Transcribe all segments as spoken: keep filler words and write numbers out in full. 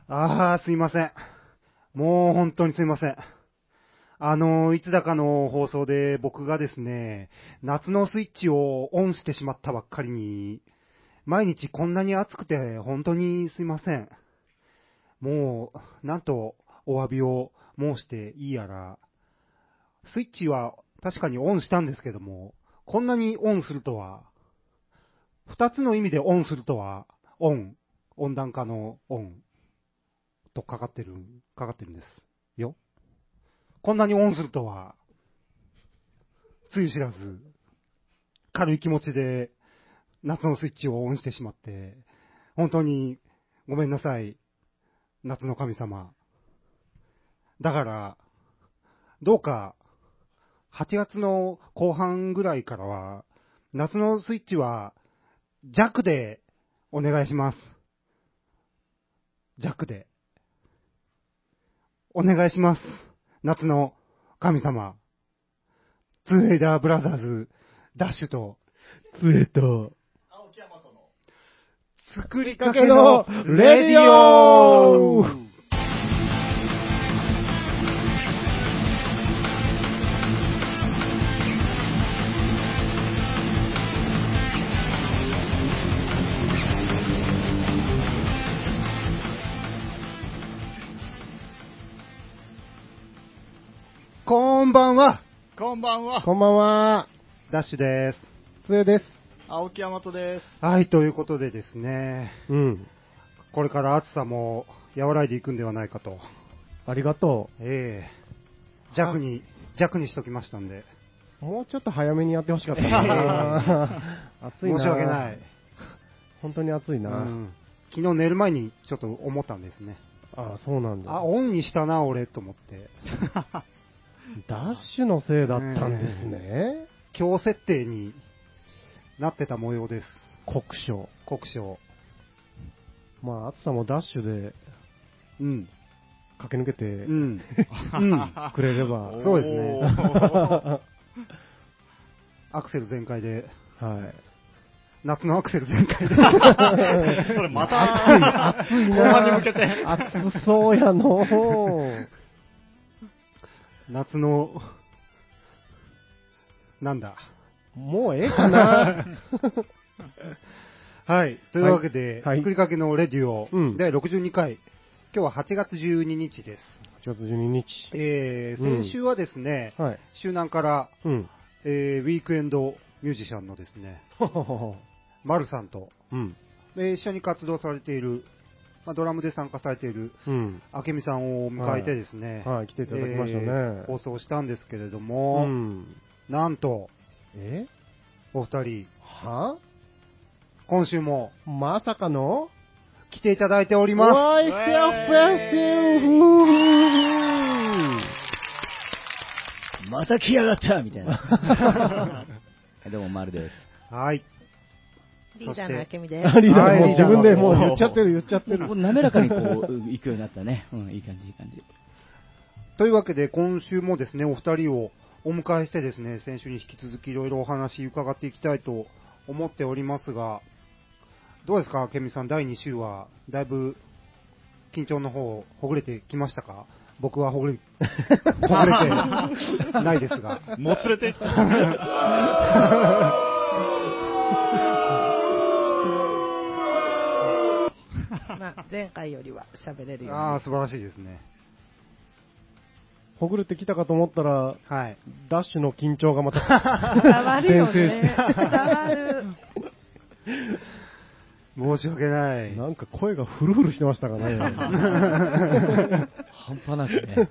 あー、すいません。もう本当にすいません。あの、いつだかの放送で僕がですね、夏のスイッチをオンしてしまったばっかりに、毎日こんなに暑くて本当にすいません。もう、なんとお詫びを申していいやら、スイッチは確かにオンしたんですけども、こんなにオンするとは、二つの意味でオンするとは、オン、温暖化のオンとかかってる、かかってるんですよ。こんなにオンするとは、つゆ知らず、軽い気持ちで夏のスイッチをオンしてしまって、本当にごめんなさい、夏の神様。だから、どうか、はちがつの後半ぐらいからは、夏のスイッチは弱でお願いします。弱で。お願いします。夏の神様。ツーエイダーブラザーズ、ダッシュと、 つえと、 青木山との作りかけのレディオ。こんばんは、 こんばんは、 こんばんは、 ダッシュです。 つえです。 青木山とです。 はい、ということでですね、 うん。 これから暑さも和らいでいくんではないかと。 ありがとええ弱に、弱にしときましたんで。 う。もうちょっと早めにやってほしかったな。暑いな。 申し訳ない。 本当に暑いな。 うん、昨日寝る前にちょっと思ったんですね。 ああ、そうなんだ。 あ、オンにしたな、俺、と思って。 ダッシュのせいだったんですね。 強設定になってた模様です。 酷暑。 酷暑。 まあ、暑さもダッシュでうん。 駆け抜けて、 うん。うん。 くれれば。 そうですね。アクセル全開で。 はい。 夏のアクセル全開で。 それまた、 暑いな。 後半に向けて。 暑そうやの。 夏の、なんだ。 もうええかな。 はい。というわけで、 はい作りかけのレディオ、 うん、 でろくじゅうにかい、今日ははちがつじゅうににちです。 はちがつじゅうににち。 えー、先週はですね、 うん、はい、 周南から、 うん、 えー、ウィークエンドミュージシャンのですね、マルさんと、 うん、 で一緒に活動されている、まあ、ドラムで参加されている、 うん、 明美さんを迎えてですね、 はいはい、来ていただきましたね、えー、放送したんですけれども、 うん、 なんと、 えお二人、 は今週も、 まさかの来ていただいております。 おい、セルフェスティブまた来やがったみたいな。どうも、丸です。 はい。 リーダーのあけみです。 リーダーもう自分でもう言っちゃってる言っちゃってる。 滑らかにこう、行くようになったね。うん、いい感じ、いい感じ。 というわけで、今週もですね、お二人をお迎えしてですね、先週に引き続きいろいろお話伺っていきたいと思っておりますが、どうですか、ケミさん、だいに週は、だいぶ緊張の方、ほぐれてきましたか？僕はほぐれ、ほぐれてないですが。 もつれてまあ、前回よりは喋れるように。 ああ、素晴らしいですね。 ほぐれてきたかと思ったら、 はい。 ダッシュの緊張がまた伝わるよ伝染ね。 して伝わる。 申し訳ない。 なんか声がフルフルしてましたかね。 半端なくね。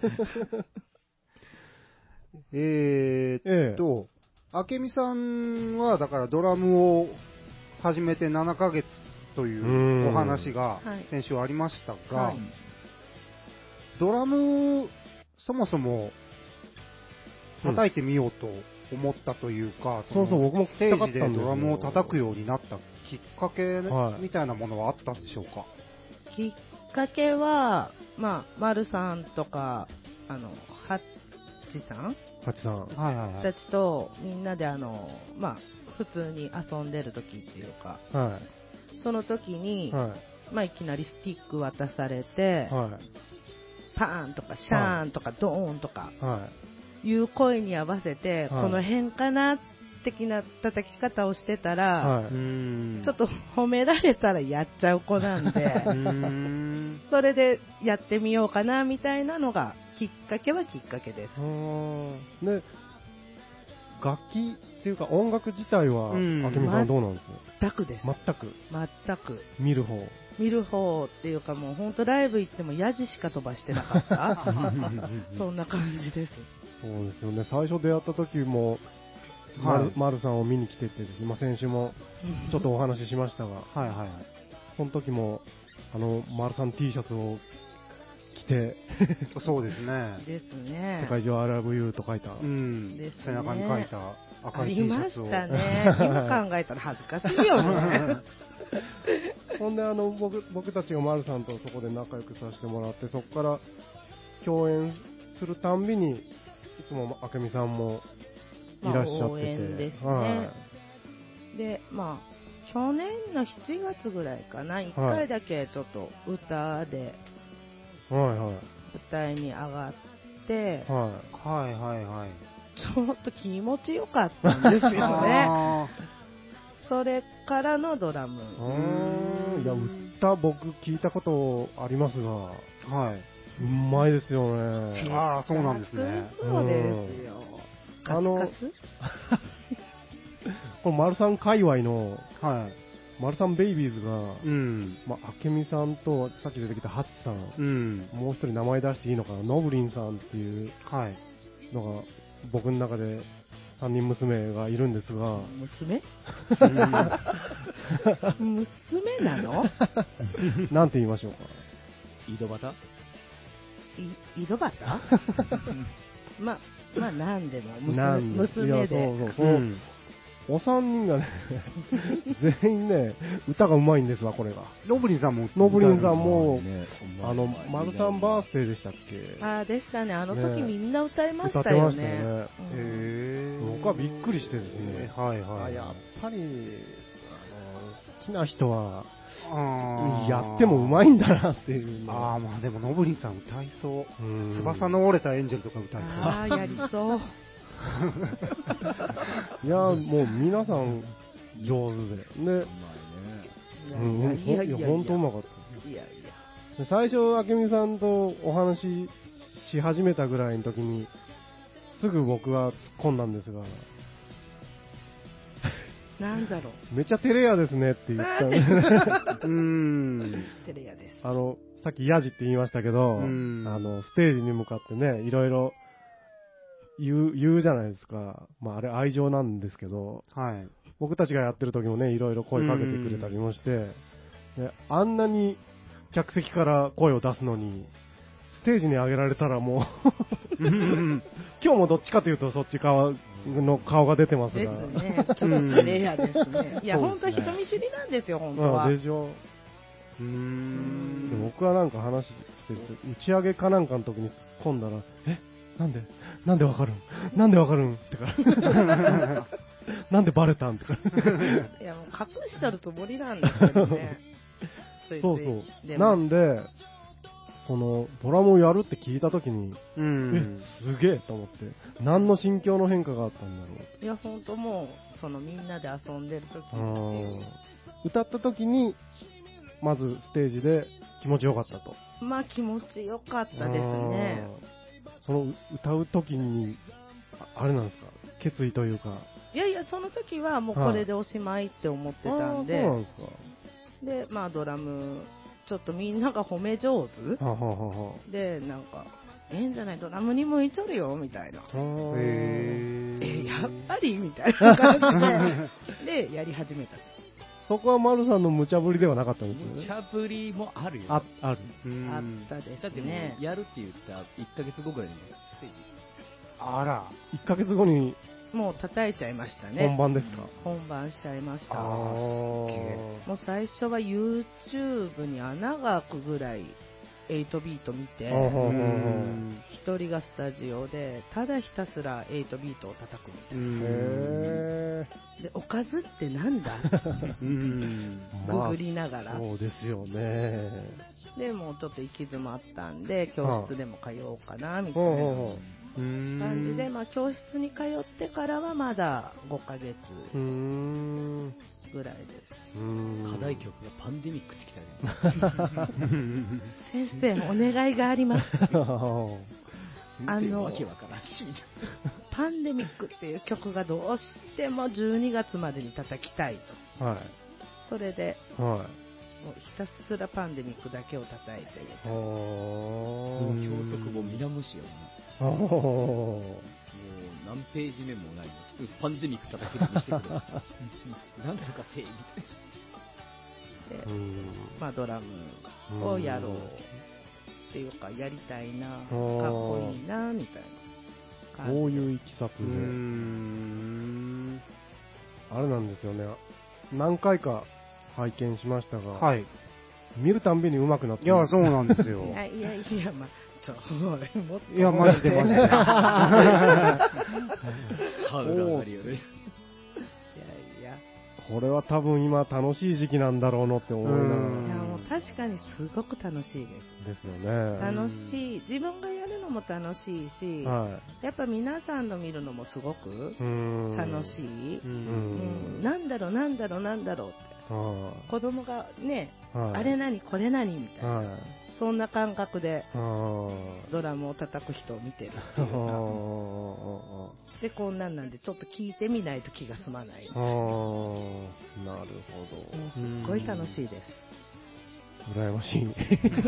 えーっと、明美さんは、だからドラムを始めてななかげつというお話が先週ありましたが、 はい、 ドラム、そもそも叩いてみようと思ったというか、 うん、そうそう、僕もステージでドラムを叩くようになったきっかけみたいなものはあったんでしょうか？ きっかけは、まあ、丸さんとか、あの、ハッチさんハチさん、 はいはいはい、 たちとみんなであの、まあ、普通に遊んでる時っていうか、 はい、その時に、 はい、 まあ、いきなりスティック渡されて、 はパーンとかシャーンとかドーンとかい。はい。 いう声に合わせて、 はいこの辺かな的な叩き方をしてたら、 はうーん。 ちょっと褒められたらやっちゃう子なんで、 うーん。 それでやってみようかなみたいなのがきっかけはきっかけです。 い。うーん。で、楽器っていうか音楽自体は、 うんあけみさんはどうなんです全くです。 全く全く。 見る方。 見る方っていうかもう本当ライブ行ってもヤジしか飛ばしてなかった。そんな感じです。 そうですよね。最初出会った時も、 はいまるまるさんを見に来ててですね、まあ、先週もちょっとお話ししましたが、 はいはいはい。 その時も、あの、まるさん T シャツを着て、 そうですね。 ですね。 世界中 I love you と書いた。 うんですね。 背中に書いたあ赤い T りまシャツを。 したね。今考えたら恥ずかしいよね。 ほんで、あの、僕、僕たちがまるさんとそこで仲良くさせてもらって、そこから共演するたんびに、いつもあけみさんもいらっしゃってて。 まあ応援ですねはで、まあ、去年のしちがつぐらいかな、いっかいだけちょっと歌で、 い。はいはい。 舞台に上がって、 ははいはいはい。 ちょっと気持ちよかったんですよね。 あそれからのドラム。 い。あーいや、歌僕聞いたことありますが、 ーはい。 うまいですよね。 ああ、そうなんですね。 そうですよ。 あのカスカスこの丸さん界隈の、 は丸さんベイビーズが、 い。うん。 まあ、明美さんと、さっき出てきたハチさん、 うん。 もう一人名前出していいのかな、ノブリンさんっていうはい。 のが、僕の中でさんにん娘がいるんですが、 娘娘なのなんて言いましょうか。 井戸端い井戸端ま、まあ、なんでも娘なんで娘いや、 で。 そうそうそうう。 ん。 お三人がね、全員ね、歌がうまいんですわ、これが。 ノブリンさんも。 ノブリンさんも、 ねあの、丸さんバースデーでしたっけああ、でしたね。あの時ねみんな歌いました歌ってまよね。 したよね。 うんへえ。 僕はびっくりしてですね、 はいはい。 あやっぱり、あの、好きな人は、 あーやってもうまいんだなっていうのがああ、まあでもノブリンさん歌いそう。 うん翼の折れたエンジェルとか歌いそう。 ああ、やりそう。 いや、もう皆さん上手で。で、 うまいね。 いやうん、 いやいやいや。 本当うまかった。 いやいや。 で最初、明美さんとお話しし始めたぐらいの時に、すぐ僕は突っ込んだんですが、 なんだろう。 めっちゃ照れ屋ですねって言ったんでうーん。 テレヤです。 あの、さっきヤジって言いましたけど、あうんの、ステージに向かってね、いろいろ言う、言うじゃないですか。まあ、あれ愛情なんですけど、 はい。 僕たちがやってる時もね、いろいろ声かけてくれたりもして、であんなに客席から声を出すのに、ステージに上げられたらもう今日もどっちかというとそっち側の顔が出てますでが。 すね。ちょっとテレヤですね。いや、本当そうですね人見知りなんですよ、本当あは。 でしょ。 うーん。 で僕はなんか話してると、打ち上げかなんかの時に突っ込んだら、えなんでなんでわかるんなんでわかるんってから。なんでバレたんってから。 いや、もう隠しとるつもりなんですけどね。ついついそうそう。 でもなんで、その、ドラムをやるって聞いた時に、 うえ、 ん。 すげえと思って、何の心境の変化があったんだろう。 いや、本当もう、そのみんなで遊んでる時うにっていん歌った時に、まずステージで気持ちよかったと。 う。まあ、気持ちよかったですね。 うん。その歌う時に、ああれなんですか、決意というか。 いやいや、その時はもうこれでおしまいって思ってたんで、 あーそうなんですか。 で、まあ、ドラム、ちょっとみんなが褒め上手はあ、はあはあはで、なんか、ええんじゃない、ドラムに向いちょるよ、みたいな。 あ、 へえ、 ー。 やっぱりみたいな感じで、で、やり始めた。 そこは丸さんの無茶ぶりではなかったんです無ね。 茶ぶりもあるよ。 あ、ある。 うんあったでだってもすねう、。やるって言ったいっかげつごぐらいにステージ。 あら。 いっかげつごにもう叩いちゃいましたね。 本番ですか。 本番しちゃいました。 あーもう最初は YouTube に穴が開くぐらいエイトビート見て、 ほうほうほうほう一人がスタジオで、ただひたすらエイトビートを叩くみたいな。 へで、おかずってなんだうんまあググりながら。 そうですよね。 で、もうちょっと行き詰まったんで、教室でも通おうかな、みたほういなほう感じで、まあ、教室に通ってからはまだごかげつほう。うーん。 ぐらいです。 うーん課題曲がパンデミックってきたね。 先生、お願いがあります。あのわけわからんしみたいパンデミックっていう曲がどうしてもじゅうにがつまでに叩きたいと。 はい。 それで、 はい。 もうひたすらパンデミックだけを叩いてみたいな。 おな。教則もミラムシよな。 おもう何ページ目もないの。パンデミック叩けるようにしてくれ。なんとかせいみたいな。 で、まあ、ドラムをやろうっていうか、やりたいな、かっこいいな、みたいな感じで。 そういういきさつで。 うーんあれなんですよね。何回か拝見しましたが、 はい。 見るたんびに上手くなっていや、そうなんですよ。 いやいやいや、まあ、ちょ、もっと。 いや、マジでマジで。 ハードル上がるよね。 いやいや。 これは多分今楽しい時期なんだろうなって思いながいや、 ら。 もう確かにすごく楽しいです。 ですよね。 楽しい。自分がやるのも楽しいし、 はやっぱ皆さんの見るのもすごくい。うーん楽しい。 ううんんなんだろう、なんだろう、なんだろうって。 は子供がね、 い。はい。 あれ何、これ何みたいな。 はい。 そんな感覚ではドラムを叩く人を見てるってい。 いうか。 はで、こんなんなんで、ちょっと聞いてみないと気が済まない。 あ。なるほもうすっごい楽しいです。 ど。羨ましい。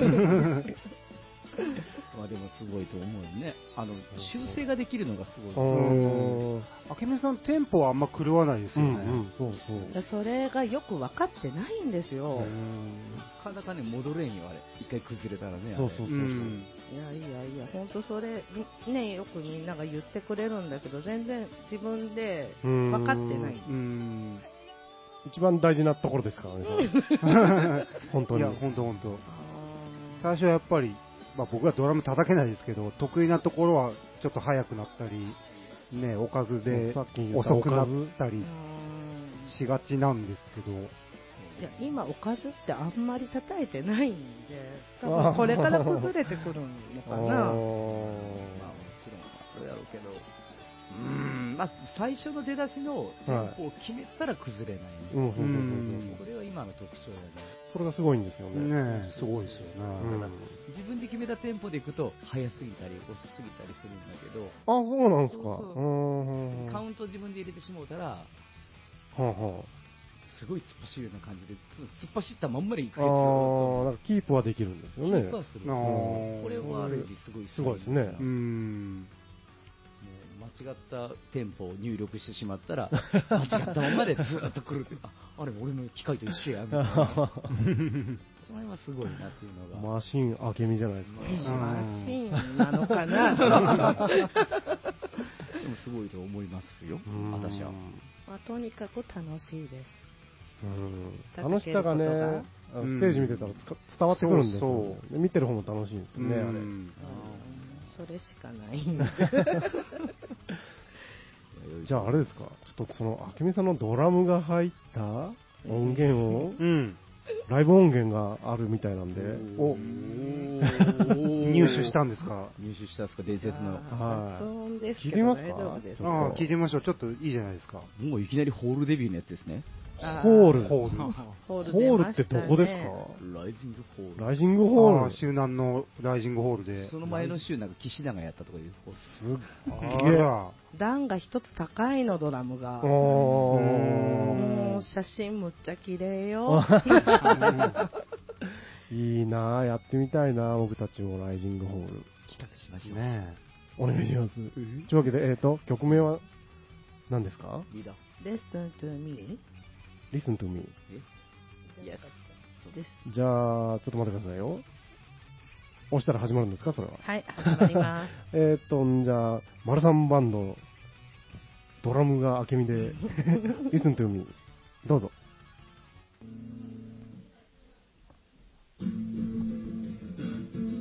まあでもすごいと思うよね。あの、修正ができるのがすごい。 うん。 あけみさん、テンポはあんま狂わないですうよね。 んうん、そうそう。 それがよく分かってないんですよ。 なかなかね、戻れんよ、あれ。一回崩れたらね。あれそうそうそう。 うんいやいやいや、本当それ、ね、よくみんなが言ってくれるんだけど、全然自分で分かってない。 うん。 一番大事なところですからね。本当に。 いや、ほんとほんと。最初はやっぱり、まあ僕はドラム叩けないですけど、得意なところはちょっと速くなったり、ね、おかずでさっき言った遅くなおかずったりしがちなんですけど、 いや今、おかずってあんまり叩いてないんで、多分これから崩れてくるのかな。 あーまあもちろんそうやろうけど、うーん、まあ最初の出だしのテンポを決めたら崩れない、ねうん、うん、うん、 うんこれは今の特徴やね。 それがすごいんですよね。 ねすごいですようん。 ね。 あ、 自分で決めたテンポでいくと速すぎたり遅すぎたりするんだけど、 そうなんですか。 そうそううん。 カウント自分で入れてしもうたら、 はあはすごい突っ走るような感じで、つ突っ走ったまんまで行くあ。 やつああ、 をなんかキープはできるんですよキね。 ープはする。 あーこれはある意味すごいすごいですねう。ん。 もう間違ったテンポを入力してしまったら、間違ったままでずっと来るって、あ、あれ俺の機械と一緒や、みたいな。それはすごいなっていうのが。 マシン明美じゃないですか。 マシンなのかな。 でもすごいと思いますよ、 うん私は。 まあ、とにかく楽しいです。 うん楽しさがね、あのうんステージ見てたらつか伝わってくるんですよそうね。で見てる方も楽しいんですよね、あれ。 うんそれしかないんで。 じゃああれですか、ちょっとその明美さんのドラムが入った音源を、 うん。 ライブ音源があるみたいなんで、お、 入手したんですか？ 入手したんですか、伝説の。 はい雑音ですけ聞いてみますかど大丈夫ですちょっとああ、聞いてみましょう。ちょっといいじゃないですか。 もういきなりホールデビューのやつですね。 あーホール。 ホール。 ホールホールってどこですか？ ライジングホール。 ライジングホール。 ああ周南のライジングホールで。 その前の週なんか岸田がやったとかいうホール。 すっあげえ。 ら。 段が一つ高いの、ドラムが。 おもうー。 写真むっちゃ綺麗よ。 いいなぁ、やってみたいなぁ、僕たちもライジングホール。 企画しましょう。 ねお願いします。というわけで、えっ、と、曲名は何ですか？ リーダー。 Listen to me. Listen to me。 え Yes。 です。 じゃあ、ちょっと待ってくださいよ。押したら始まるんですか、それは。 はい、始まります。 えっと、じゃあ、マルサンバンド、ドラムが明美で、Listen to me。どうぞ。 「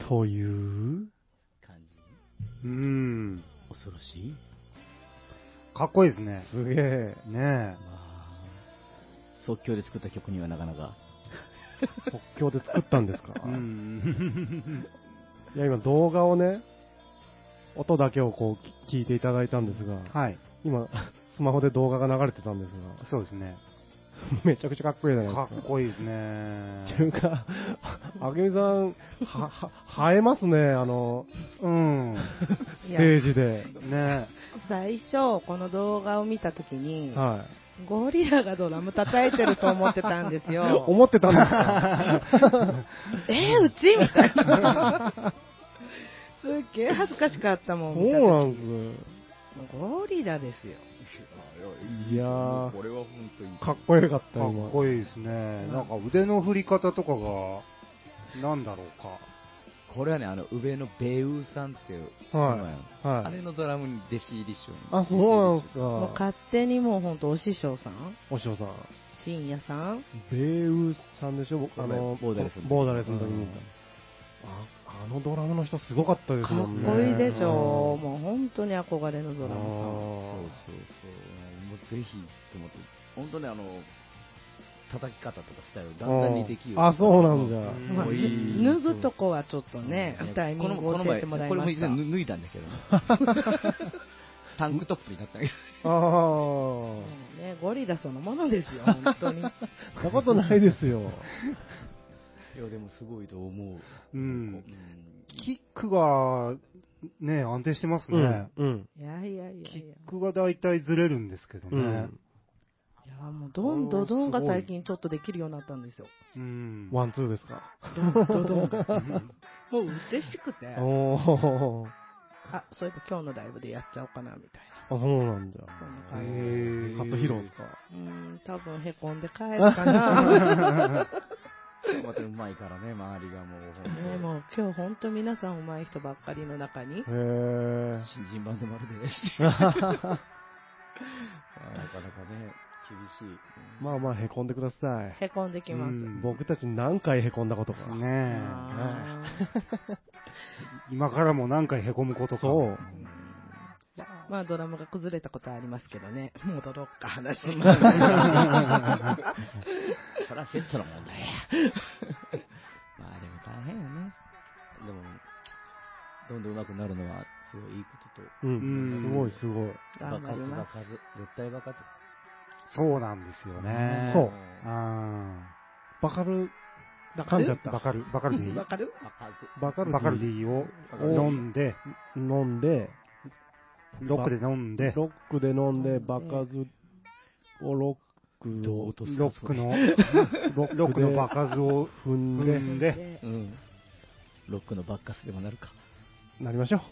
という感うーん。 じ。恐ろしい。 かっこいいですね。 すげえ。 ねまあ、即興で作った曲にはなかなか。 即興で作ったんですかえ。う。ん。 いや、今動画をね、音だけをこう聞いていただいたんですが、 はい。 今、スマホで動画が流れてたんですそうですね。 が、めちゃくちゃかっこいいじゃないですか。 かっこいいですっていうね。 か、あげみさん、は、は、映えますね、あの、 うん。 ステージで。 ね最初、この動画を見たときに、 はゴリラがドラム叩いてると思ってたんですい。 よ。 思ってたんですかえー、うちみたいな。すっげえ恥ずかしかったもん。 そう見た時なんです。 ゴリラですよ。 いやーこれは本当に。 かっこよかった、 かっ今。 こいいですね。なんか腕の振り方とかが、なんだろうか。 これはね、あの、上のベウさんっていう、 はい今やはいあれのドラムに弟子入りしように。 あ、そうなんですか。 もう勝手にもうほんとお師匠さん、 お師匠さん。 深夜さん、 ベウさんでしょ、僕あの、 ボーダレスの時ボーダレスの時にうん見た。あ、あのドラムの人すごかったですかっもんね。 こいいでしょう。 うんもう本当に憧れのドラムさん。 そうそうそう。もうぜひと思って、本当ね、あの、叩き方とかスタイルだんだんにできるよ。 あ、そうなんだ。 うんまあもういい脱ぐとこはちょっとね、 うんタイミングを教えてもらいました。 この前これも以前脱いだんだけどね。タンクトップになったんだけど。 ああ、 もうね、ゴリラそのものですよ、本当に。 そんなことないですよ。 いや、でもすごいと思う。 うんうんキックが、ね、安定してますね。 うん。うん。 いやいやいやいや。 キックが大体ずれるんですけどね。 うんいやもうドンドドンが最近ちょっとできるようになったんですよ。 うん。 ワン、ツーですか。 ドンドドン。もう嬉しくて。 おー。 あ、そういえば今日のライブでやっちゃおうかなみたいあ、そうなんだ。 な。そんなへ感じ。 ー初披露ですか。 うーん、多分へこんで帰るかな。 またうまいからね、周りがもう本当に。 ねもう今日本当皆さん上手い人ばっかりの中に。 へー。 新人版でまるで。なかなかね、厳しい。 まあまあ、へこんでください。 へこんできます。 うん僕たち何回へこんだことか。 ねあえ。今からも何回凹むことか。 そう。 ーまあドラムが崩れたことはありますけどね。戻ろうか、話しまます。 あそれはセットの問題や。まあでも大変よね。でも、どんどん上手くなるのはすごいいいことと。 ううんん。すごいすごい。 頑張ります。 爆発、絶対爆発。 そうなんですよね。 そうあバカル、噛んじゃった。 バカル、バカルディわかる爆発。 バカルバカルディを飲んで、 飲んで、 ロックで飲んで、 ロックで飲んで、バカズをロックをどう落とすロックの、 ロロックのバカズを踏んで、 踏んで、 でうん。ロックのバッカスでもなるか。 なりましょ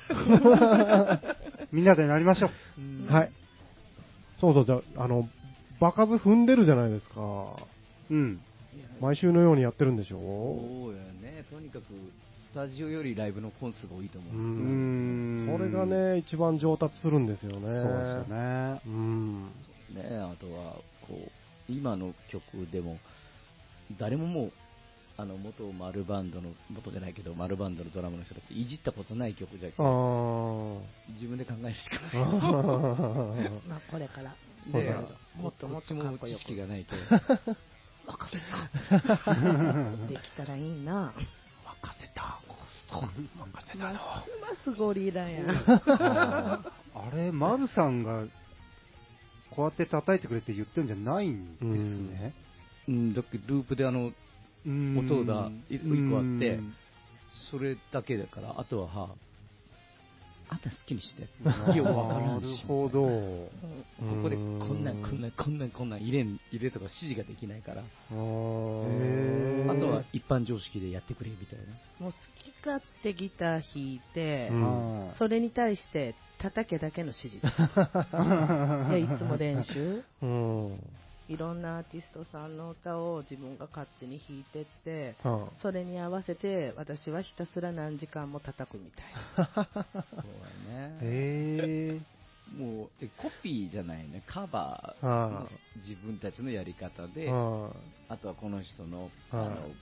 みんなでなりましょう。 う。はい。そうそう、じゃあ、あの、バカズ踏んでるじゃないですか。 うん。 毎週のようにやってるんでしょそうやね。とにかく、スタジオよりライブの本数が多いと思う。 う。 うんん。 それがね、一番上達するんですよね。 そうですよね。 うん。 ね、あとは、こう、今の曲でも、誰ももう、あの、元マルバンドの、元じゃないけど、マルバンドのドラムの人たちいじったことない曲じゃけあど、 ー。 自分で考えるしかない。 まあこれから。 で、 ももっともっっともっとも知とかっこよく識がないと、任せできたらいいな。 任せた、任せますますゴリラやん。 ああれ、マルさんが、こうやって叩いてくれって言ってるんじゃないんですね。 うん、だっけループであの、 うん音がい一個あってうんそれだけだから、あとは、はあんた好きにして。 なよくわからんし。 るほど。 ここでこんなん、こんなん、こんなん、こんなん入れん、入れとか指示ができないから、 あへーーあとは一般常識でやってくれみたいな。 もう好き勝手ギター弾いて、 うんあそれに対して叩けだけの指示。いやいつも練習。 うん。 いろんなアーティストさんの歌を自分が勝手に弾いてって、 はそれに合わせて私はひたすら何時間も叩くみたいな。 そうだね。 へえ。 もうえコピーじゃないね、カバーはの自分たちのやり方で、 はあとはこの人の、 はいあの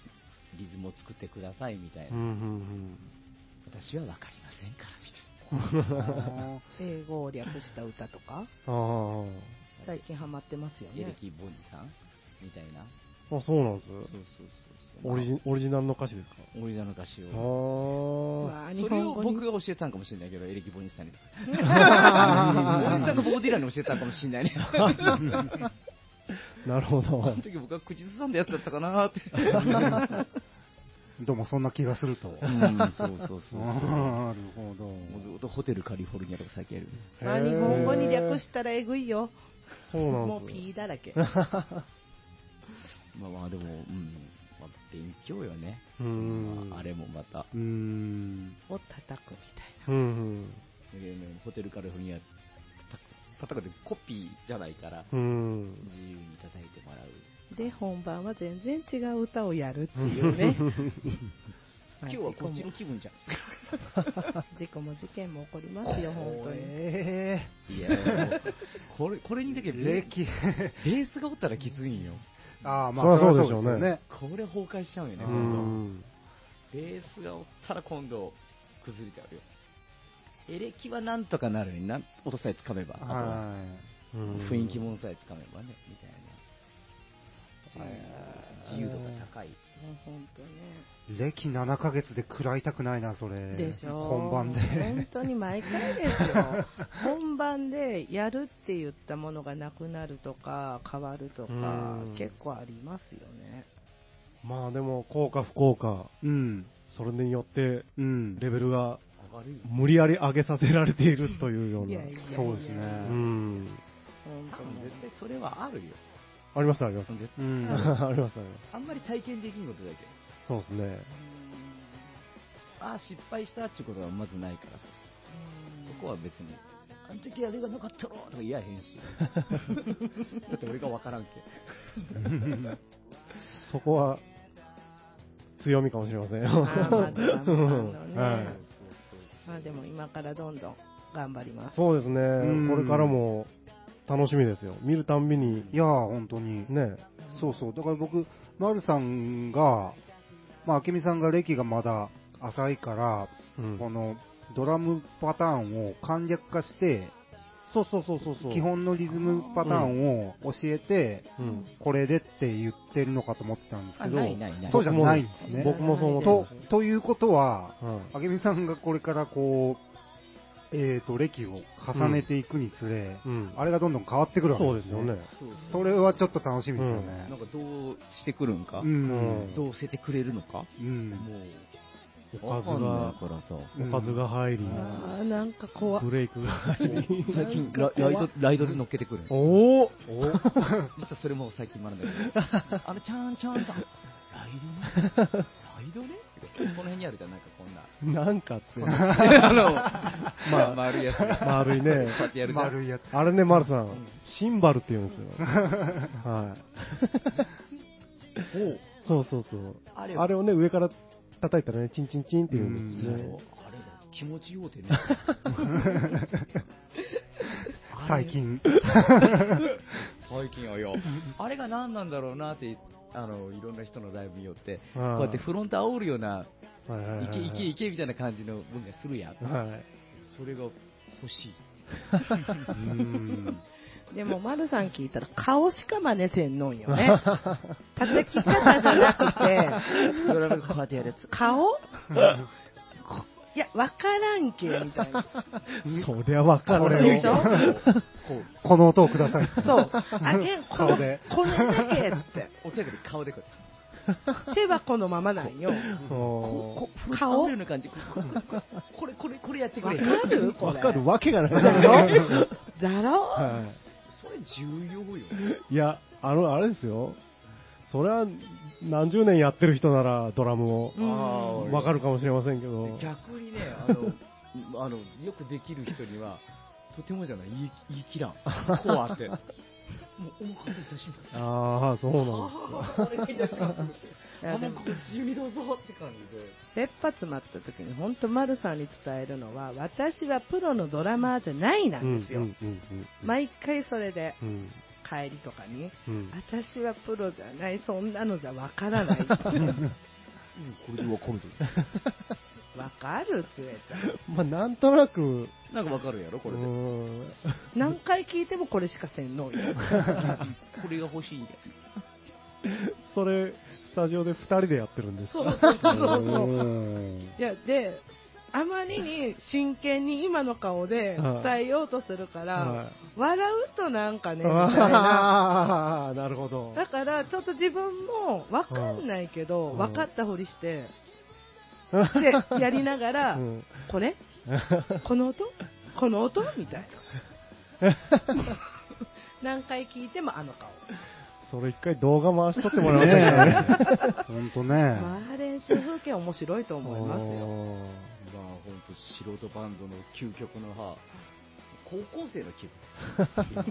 リズムを作ってくださいみたいな、 うんうん私は分かりませんからみたいな。 英語を略した歌とかうん。あ最近ハマってますよエレね。 キボンジさんみたいな。 あ。あ、そうなんです。 そうそうそうそう。 オリジオリジナルの歌詞ですか？ オリジナルの歌詞を。 あまあ、日それを本語に僕が教えたんかもしれないけど、エレキボンジさんに。ボンジさんがボーディランに教えたんかもしれないね。 あ。なるほあどの。時僕は口ずさんだやつだったかなーって。 どうもそんな気がすると。 うん、そうそうそう。 なるほど。 もうずっとホテルカリフォルニアとか先やる。 まあ、日本語に略したらえぐいよ。 そうなんです。 もう P だらけ。 まあまあでも、うん、まあ、勉強よね。 うーん。 まあ、あれもまた。 うーん。 を叩くみうんうん。 でねホテルカリフォルニア叩くでコピーじゃないから、 うん。 自由に叩いてもらう。 たいな。で、本番は全然違う歌をやるっていうね。まあ今日はこっちの気分じゃん。 事故も事件も起こりますよ、本当に。 えいやもうこれ、これにだけー、 ベ歴。 ベースがおったらきついんよ。 ああ、まそりあ、 ゃそうでしょうねこれ崩壊しちゃうよね、 う今度。 ん。 ベースがおったら今度崩れちゃうよ。エレキはなんとかなるにな、音さえつかめば、あとはは雰囲気ものさえつかめばね、みたいな。自由度が高い。 もう本当ね。 い。歴ななかげつで食らいたくないな、それ。 でしょ。 本番で。 本当に毎回ですよ。本番でやるって言ったものがなくなるとか、変わるとかうん、 結構ありますよね。 まあでも、効果不効果、 うん。 それによってうん。 レベルが上がるよ。 無理やり上げさせられているというような。 いやいやいやそうですねうん。 本当に多分絶対それはあるよ。 ありますあります。 絶う対ん。 ありますあります。 あんまり体験できんことだけど。 そうですね。 ああ、失敗したってことはまずないからさ。そこは別に、あの時あれがなかったろとか言わへんし。だって俺がわからんけ。 そこは強みかもしれませんよ。 あーまあドラムバンドねはいまあでも今からどんどん頑張ります。 そうですね。 んこれからも楽しみですよ。見るたんびに、 いやー、本当に。 ね。 そうそう。だから僕、丸さんが、まあ、明美さんが歴がまだ浅いから、 うんこのドラムパターンを簡略化して、 そうそうそうそうそう。 基本のリズムパターンを教えて、 うん。 これでって言ってるのかと思ってたんですけど、 あないないないそうじゃないんですね。 僕もそう思ってとます。 ということは、 うん明美さんがこれからこう、えーと、歴を重ねていくにつれ、 うん。 あれがどんどん変わってくるわけでね。 そうですすよね。 そうそれはちょっと楽しみですよなねん。かどうしてくるんか、 うん。 うんどうせてくれるのか、 うん。 もう、 おかずわかんないが、 からさ。 うんおかずが入り、 ああ、なんか怖っ。 ブレイクが入り。 最近ラライド、ライドで乗っけてくる。 おお実はそれも最近学んだけど、あの、ちゃんちゃんちゃん、ライドね、ライドねこの辺にあるじゃん、なんかこんな。 なんかって。 あの、 まあ丸いやつが。 丸いねこうやってやるじゃん。 丸いやつ。 あれね、マルさん、シンバルって言うんですよ。はい。そうそうそう。 あれあれをね、上から叩いたらね、チンチンチンって言うんですそうね。 あれが気持ちようてね。 最近。 最近はよ。あれが何なんだろうなって、あの、いろんな人のライブによって、こああうやってフロント煽るような、 はいはいはいいけいけいけみたいな感じの文がするやん。 はい。 それが欲しい。 うん。 でも、丸さん聞いたら顔しか真似せんのんよね。叩き方じゃなくて、 ドラムこうやってやるやつ。 顔いや、わからんけ、みたいな。 そりゃわかるこれをでしょこの音をください。 そう。あげん、この、 顔でこれだけって。 お手で顔でこうやって。 手はこのままなんよ。 おここ顔フロント煽るような感じ。こここれ、これ、これやってくわれ。 かるこれ。 わかるわけがない。 だろだろはそれ重要よ。 い。いや、あの、あれですよ。それは、何十年やってる人ならドラムをうんわかるかもしれませんけど。 逆にね、あの、あの、よくできる人には、とてもじゃない、言い言い切らん。こうあって。もう、お任せいたします。 ああ、そうなんですあーお願いいたします。 いやでもあもうここ自由にどうぞって感じで。 切羽詰まった時に本当丸さんに伝えるのは、私はプロのドラマーじゃないなんですよ。 うんうんうんうん毎回それでうん帰りとかに、 うん私はプロじゃない、そんなのじゃわからない。 これでわかるぞ。 わかるつえちゃん。 まあ、なんとなく、 なんかわかるやろ、これで。 うーん何回聞いてもこれしかせんのよ。 これが欲しいんだよ。 それ、スタジオでふたりでやってるんですか？ そうそうそうそう。 うんいや、で、あまりに真剣に今の顔で伝えようとするから、 はい笑うとなんかね、みたいな。 ああ、なるほど。 だから、ちょっと自分もわかんないけど、 うん分かったふりして、で、やりながら、 うんこれこの音この音みたいな。何回聞いてもあの顔。 それ一回動画回しとってもらえませんかね。 ほんとね。 まあ、練習風景面白いと思いますよ。 まあ、ほんと素人バンドの究極のは、高校生の気分。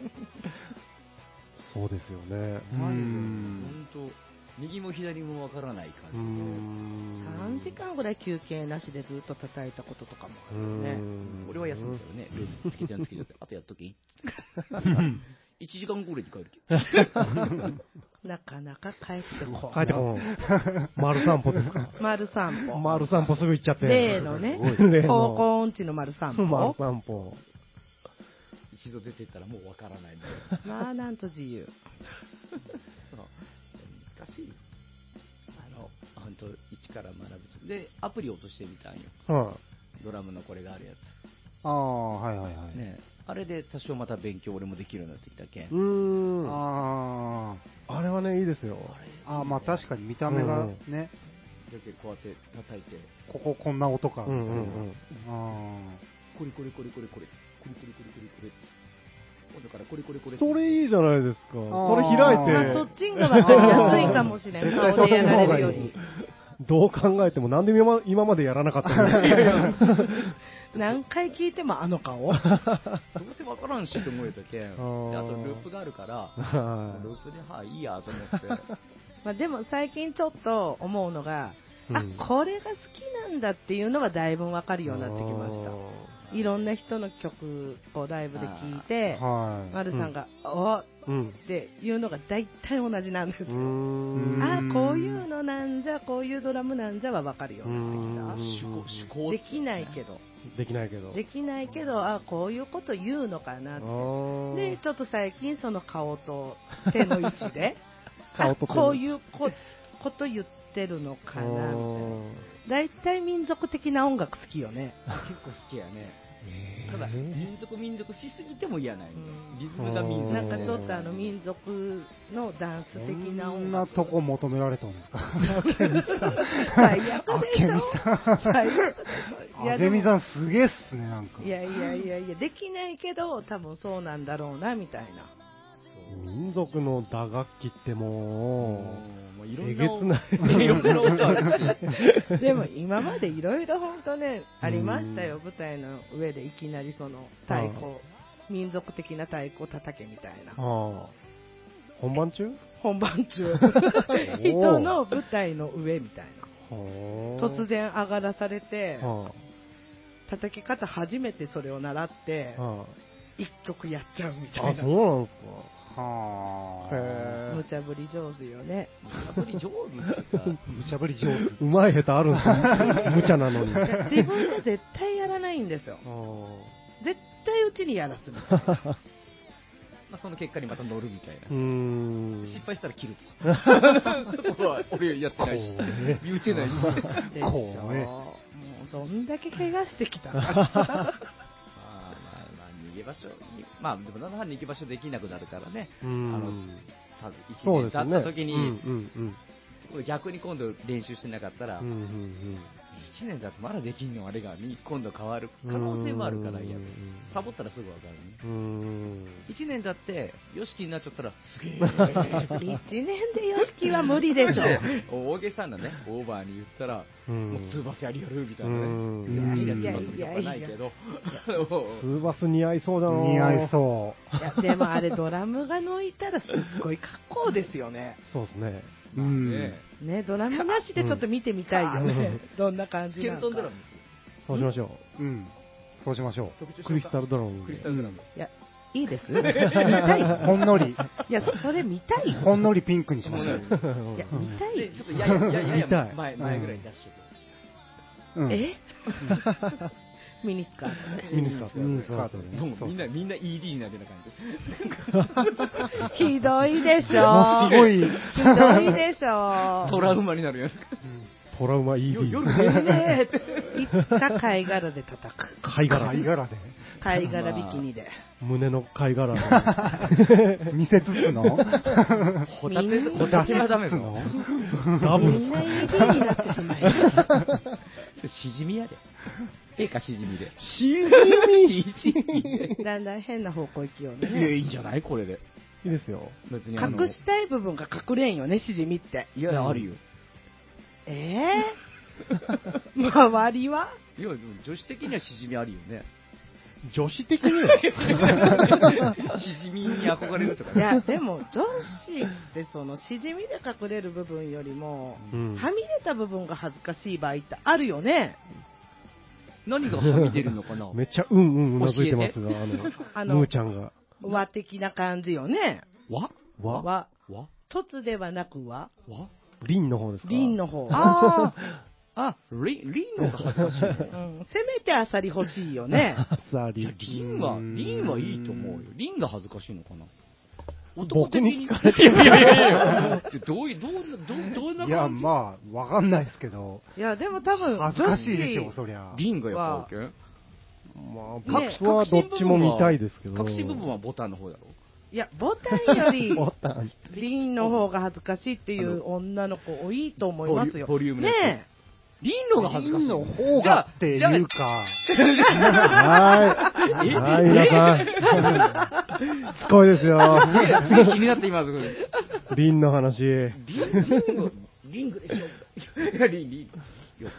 そうですよね。 うマジで、 んほんと、右も左もわからないうー感んさんじかんぐらい休憩なしでずっと叩いたこととかもあうるよね。 ーんじで。俺は休むからね、レースつけてやんつけてやって、あとやっとき。いちじかんぐらいで帰るけなかなか帰ってこ帰ってこん。丸散歩ですか？ 丸散歩。 丸散歩すぐ行っちゃって。 例のね、 例の方向音痴の丸散丸歩。 散歩。 一度出てったらもうわからないんだよ。 まあ、なんと自由。 そう難しいよ。あの、本当一から学ぶ。で、アプリ落としてみたんよ。 はドラムのこれがあるやああ、はいはいはい。 つ。ねあれで多少また勉強俺もできるようになってきたけん。 い。うーん。 ああれはね、いいですよ。 あ、ああ、まあ確かに見た目がね、 だけどこうやって叩いて、 こここんな音か、みたいな。 うんうんうんあこれこれこれこれこれ、これこれこれこれこれ。今度からこれこれこれ。 それいいじゃないですか。これまあ、 開い、 そってちんが分かりやすいかもしれん。顔でやられるより。 どう考えてもなんで今ま今までやらなかったの？ 何回聞いてもあの顔。 どうせわからんしと思えたけん。であとループがあるから、ループではいいやと思って。 まあでも最近ちょっと思うのが、あうん、 これが好きなんだっていうのはだいぶ分かるようになってきました。いろんな人の曲をライブで聴いてあ、、はい。 丸さんが、おうん。 っていうのが大体同じなんですよ。 うーん。 ああ、こういうのなんじゃ、こういうドラムなんじゃは分かるようになってきうん思考、思考た。できないけど、 できないけど。 できないけど、ああ、こういうこと言うのかなって。 あーで、ちょっと最近その顔と手の位置で、 顔と手のあこういうここと言ってるのかなみたいな。大体民族的な音楽好きよね。 結構好きやね。 えーただ、民族民族しすぎても嫌ない、ねうんリズムが民族。 なんかちょっとあの民族のダンス的なそん音楽。 なとこ求められたんですか？ 最悪でしょ最悪いやあげみでさんすげえっすね、なんか。 もいやいやいやいや、できないけど、多分そうなんだろうな、みたいな。 民族の打楽器ってももういろう、えんなげつない。 いろんな音あるし。 でも今までいろいろ本当ね、ありましたよ、舞台の上でいきなりその太鼓、民族的な太鼓叩けみたいな。 ああ本番中本番中。人の舞台の上みたいな。突然上がらされて、 は叩き方初めてそれを習って、 あは一曲やっちゃうみたあ、あ、 いな。 そうなんですか。 はあ。 へ無茶ぶり上手よね。 無茶ぶり上手っていうか、 無茶ぶり上手。 うまい下手あるんですよ。無茶なのに。あ自分が絶対やらないんですよ。 あ絶対うちにやらすみたいな。 まあ、その結果にまた乗るみたいなうー。ん。 失敗したら切るとか。そこは俺やってないしこうね、 言うてないし。 でしょ。 こうねもうどんだけ怪我してきたまあまあまあ、逃げ場所に、まあでもだんだん逃げ場所できなくなるからね。 うあのん。 多分一そうですね。 年経った時に、 うんうん逆に今度練習してなかったら、 うん。うんうん一年だとまだできんのあれがに今度変わる可能性もあるから嫌で、サボったらすぐわかるね。 うん。うん。 一年経って、よしきになっちゃったら、すげえ。 一年でよしきは無理でしょ。 大げさなね、オーバーに言ったら、 うんもうツーバスやりやるみたいなね。 うんいやいやいやいやないけど、 ツーバス似合いそうだな。 似合いそいや、でもあれドラムが抜いたらすっごい格好ですよね。 そうですね。 う。うん。 ねね、ドラムなしでちょっと見てみたいよね。どんな感スじなのかケルトンドラム。 そうしましょうん。そうしましょう。クリスタルドラムで。 クリスタルドラム。 いや、 いいです見たいほんのり、 いや、それ見たいよ。 ほんのりピンクにしましょう。 いや、見たいよ。 でちょっとやややや見たいや前前ぐらいに出しとうん、 えミニスカートね。 ミニスカート。 ミニスカートでく。 ね。 もうそうそうみんなみんな イーディー になるような感じ。 ひどいでしょ。 もうすごい、 ひどいでしょ。 トラウマになるような感トラウマ イーデじ。よィー。 夜寝るねーって。 いつか貝殻で叩く。 貝殻。 貝殻で、 貝殻ビキニで。 胸の貝殻で。 見せつつの、 ホタテホタテはダメ出しつつぞ。 の、 ダブルみんな イーディー になってしまいます。 しじみやで。ええかしじみで。 しじしじみで。 だんだん変な方向行きよういや、 ね。 いいんじゃないこれで。 いいですよ。 別にあの。 隠したい部分が隠れんよね、しじみって。 いやいや、あるよ。 えぇ、ー、周りはいや、でも女子的にはしじみあるよね。 女子的にはしじみに憧れるとかいや、でも女子ってそのしじみで隠れる部分よりも、 うんはみ出た部分が恥ずかしい場合ってあるよね。 何がはみ出るのかなめっちゃうんうんうなずいてますが、あの、 あのムーちゃんが。 和的な感じよね。 わわ、 和。 わ凸ではなく和。 わリンの方ですか？ リンの方。 ああ、あ、リン、リンの方が恥ずかしいの。 うん、せめてアサリ欲しいよね。 あさりいや、。リンは、リンはいいと思うよ。リンが恥ずかしいのかな僕に聞かれてる。いやいやいやどういう、どう、どう、どんないや、 感じまあ、わかんないですけど、 いや、でも多分、 恥ずかしいでしょ、 女子そりゃ。 リンがやっぱわけまあ、 ね僕はどっちも見たいですけど。 隠し部分はボタンの方だろいや、ボタンより、 ボタン。 リンの方が恥ずかしいっていう女の子多いと思いますよ。 ボリュームのやつねリンのが恥ずかしい。 リンの方がっていじゃあうか、 はい。はい、皆さん。しつこいですよ。 いやすげえ気になって今すぐ。 リンの話。 リン、リンゴ、リングでしょ。いや、リン、リン。よ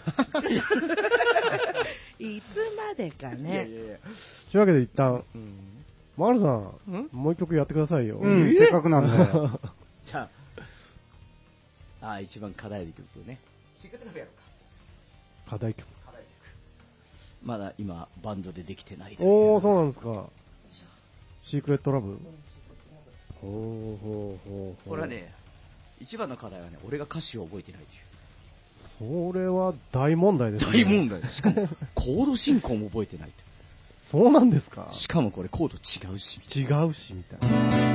いつまでかいやいね。 やいや。 というわけで一旦、 うん。 マルさんん、もう一曲やってくださいよ。 うん、せっかくなんで。 じゃあ、あ、一番課題で曲ね。シークレットラブやろうか。 課題曲。 まだ今、バンドでできてない。 おー、そうなんですか。シークレットラブほうほうほうほう。 これはね、一番の課題はね、俺が歌詞を覚えてないという。 それは大問題ですね。 大問題。しかも、コード進行も覚えてないと。 そうなんですか？ しかもこれコード違うし。 違うし、みたいな。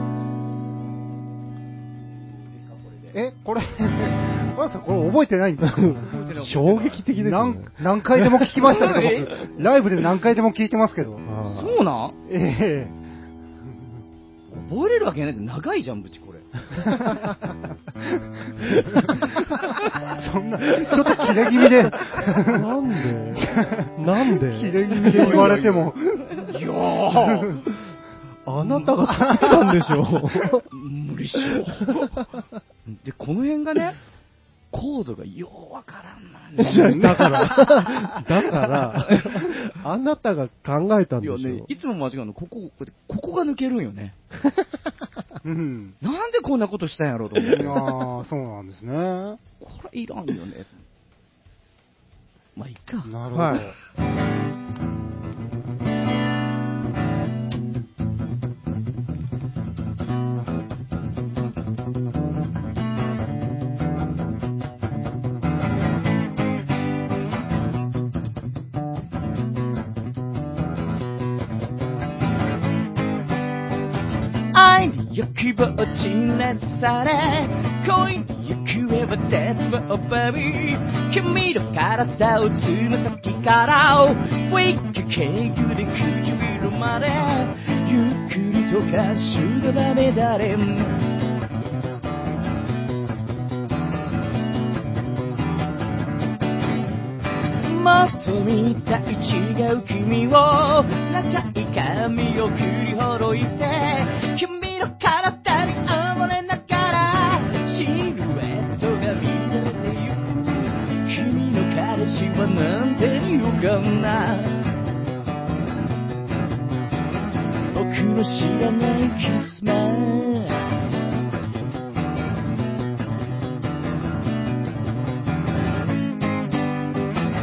え、これ、まさん、これ覚えてないんですか？ 衝撃的ですね。 何何回でも聞きましたけど、僕、ライブで何回でも聞いてますけど。 あーそうなんええ覚えれるわけないって長いじゃん、ぶちこれ。 そんな、ちょっとキレ気味で、 なんでなんでキレ気味で言われても、 いやー、 あなたが作ったんでしょ無理っしょ。で、この辺がね、コードがようわからんなんいやだから、だから、あなたが考えたんでしょいやね、いつも間違うの、ここ、ここが抜けるんよね。 うん。 なんでこんなことしたんやろうと思って。 いやー、そうなんですね。 これいらんよね。まあ、いいか。 なるほど。 はい愛に欲望陳列され恋に行方は絶望バビー君の体をつま先からウィッグケーキで唇までゆっくりと歌手がダメだれもっと見たい違う君を長い髪を振りほどいて君の体に溺れながらシルエットが乱れてゆく君の彼氏はなんて言うかな僕の知らないキスマン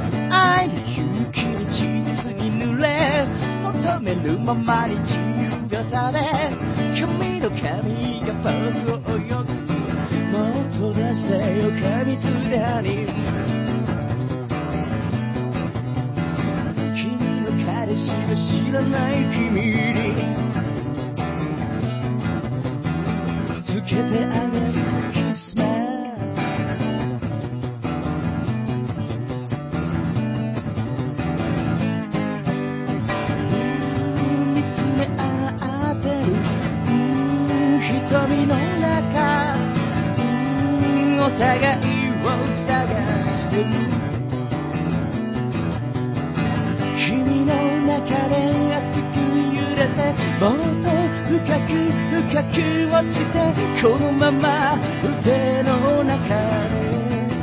愛の勇気で地図に濡れ求めるままに自由さで君の髪が僕を泳ぐもっと出してよ髪面に君の彼氏が知らない君につけてあげるキスマー瞳の中、お互いを探してる君の中で熱く揺れてもっと深く深く落ちてこのまま腕の中で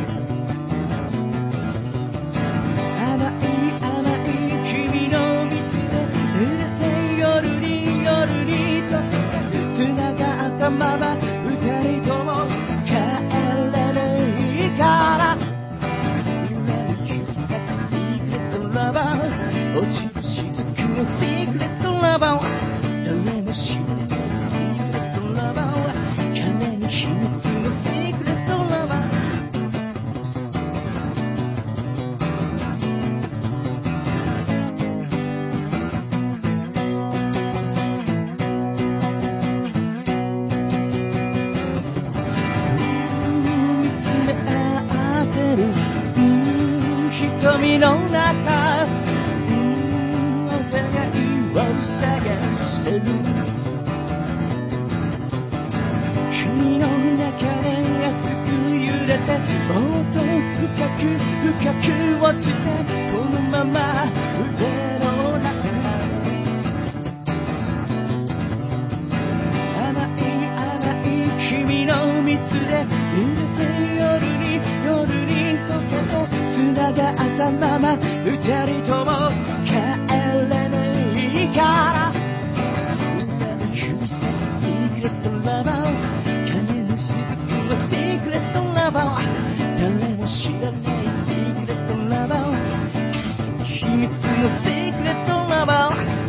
甘い甘い君の蜜で濡れて夜に夜にと繋がったまま二人とも帰れないから夢に指先シークレットラバー落ちる雫のシークレットラバー誰も知らないシークレットラバー彼に秘密のシークレットラバー瞳の中、うん、お互いを探してる君の中で熱く揺れてもっと深く深く落ちてこのまま腕の中甘い甘い君の蜜で濡れて夜に夜に溶けて繋がったまま二人とも帰れないから歌の指先シークレットラバー影の雫はシークレットラバー誰も知らないシークレットラバー秘密のシークレットラバー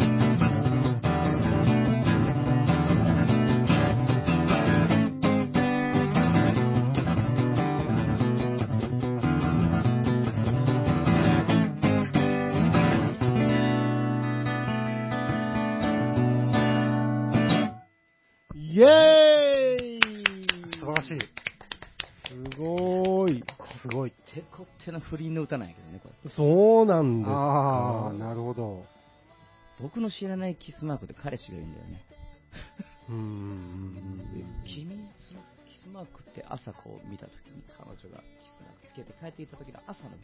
イエーイ素晴らしい。 すごーい。 すごい。 手こっての不倫の歌なんやけどねこれそうなんですか。 ああ、なるほど。 僕の知らないキスマークで彼氏がいるんだよねうーん。 君そのキスマークって朝こう見たときに彼女がキスマークつけて帰っていったときの朝の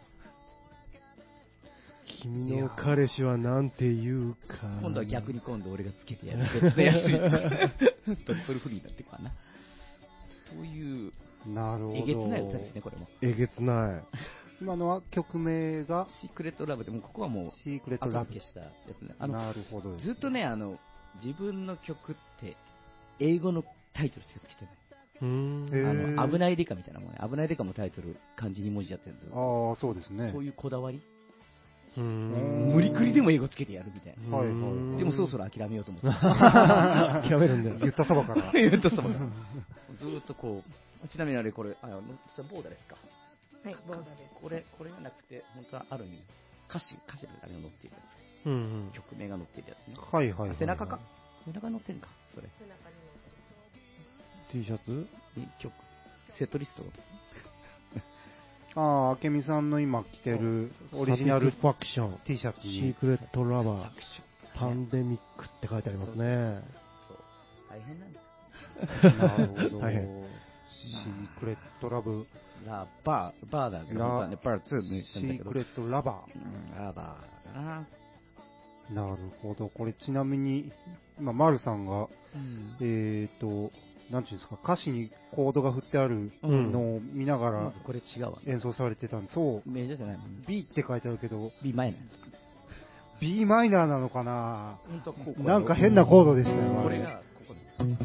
君の彼氏はなんて言うか。 今度は逆に今度俺がつけてやる別のやつトリプルフリーになっていくかなというなるほど。 えげつない歌ですねこれもえげつない。 今のは曲名がシークレットラブでもうここはもうシークレットラブ後付けしたやつねあのなるほどです。 ずっとねあの自分の曲って英語のタイトルしかつけてない。 うーん。 へーあの危ないデカみたいなもんね。危ないデカもタイトル漢字に文字やってるんですよ。 ああ、そうですね。 そういうこだわり。 うーん。 無理くりでも英語つけてやるみたいな。 はいはいでもそろそろ諦めようと思って。 諦めるんだよ。 言ったそばから。 言うとそうずーっとこう、ちなみにあれこれ、あの、実はボーダーですか。 はい、ボーダーです。 これ、これがなくて、本当はある意味、歌詞、歌詞であれが載っているやうんうんつ。曲名が載っているやつね。 はいはいはい。 背中か背中載ってるかそれ。 背中に T シャツに曲、セットリスト。 ああ、明美さんの今着てるオリジナルサティスファクション T シャツシにークレットラバーパンデミックって書いてありますね。 そう。大変なんだ。 なるほど。 大変シークレットラブ、 ラバー、バーだけど、 ラ本当はね、バーツー抜いてシんだけど。 ークレットラバうん、ラバーだな。 ー。なるほど。これちなみに、今、マルさんが、 うん。 えーと、なんていうんですか、歌詞にコードが振ってあるのを見ながらこれ違うわ。 演奏されてたんで、そう、 メジャーじゃないもん。 B って書いてあるけど、 B 前なんだ。 B マイナーなのかな。 本当はこうなんか変なコードでしたよ、あれ。 これが、ここで。